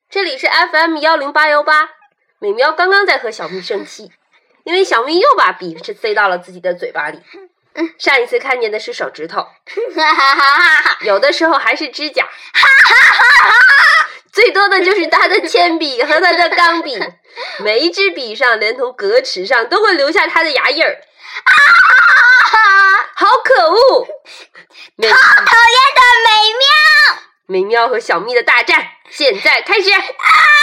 这里是 FM10818。美喵刚刚在和小蜜生气，因为小蜜又把笔塞到了自己的嘴巴里。上一次看见的是手指头，有的时候还是指甲，最多的就是他的铅笔和他的钢笔，每一支笔上连同格尺上都会留下他的牙印儿。好可恶！ 好讨厌的美喵！ 美喵和小蜜的大战现在开始。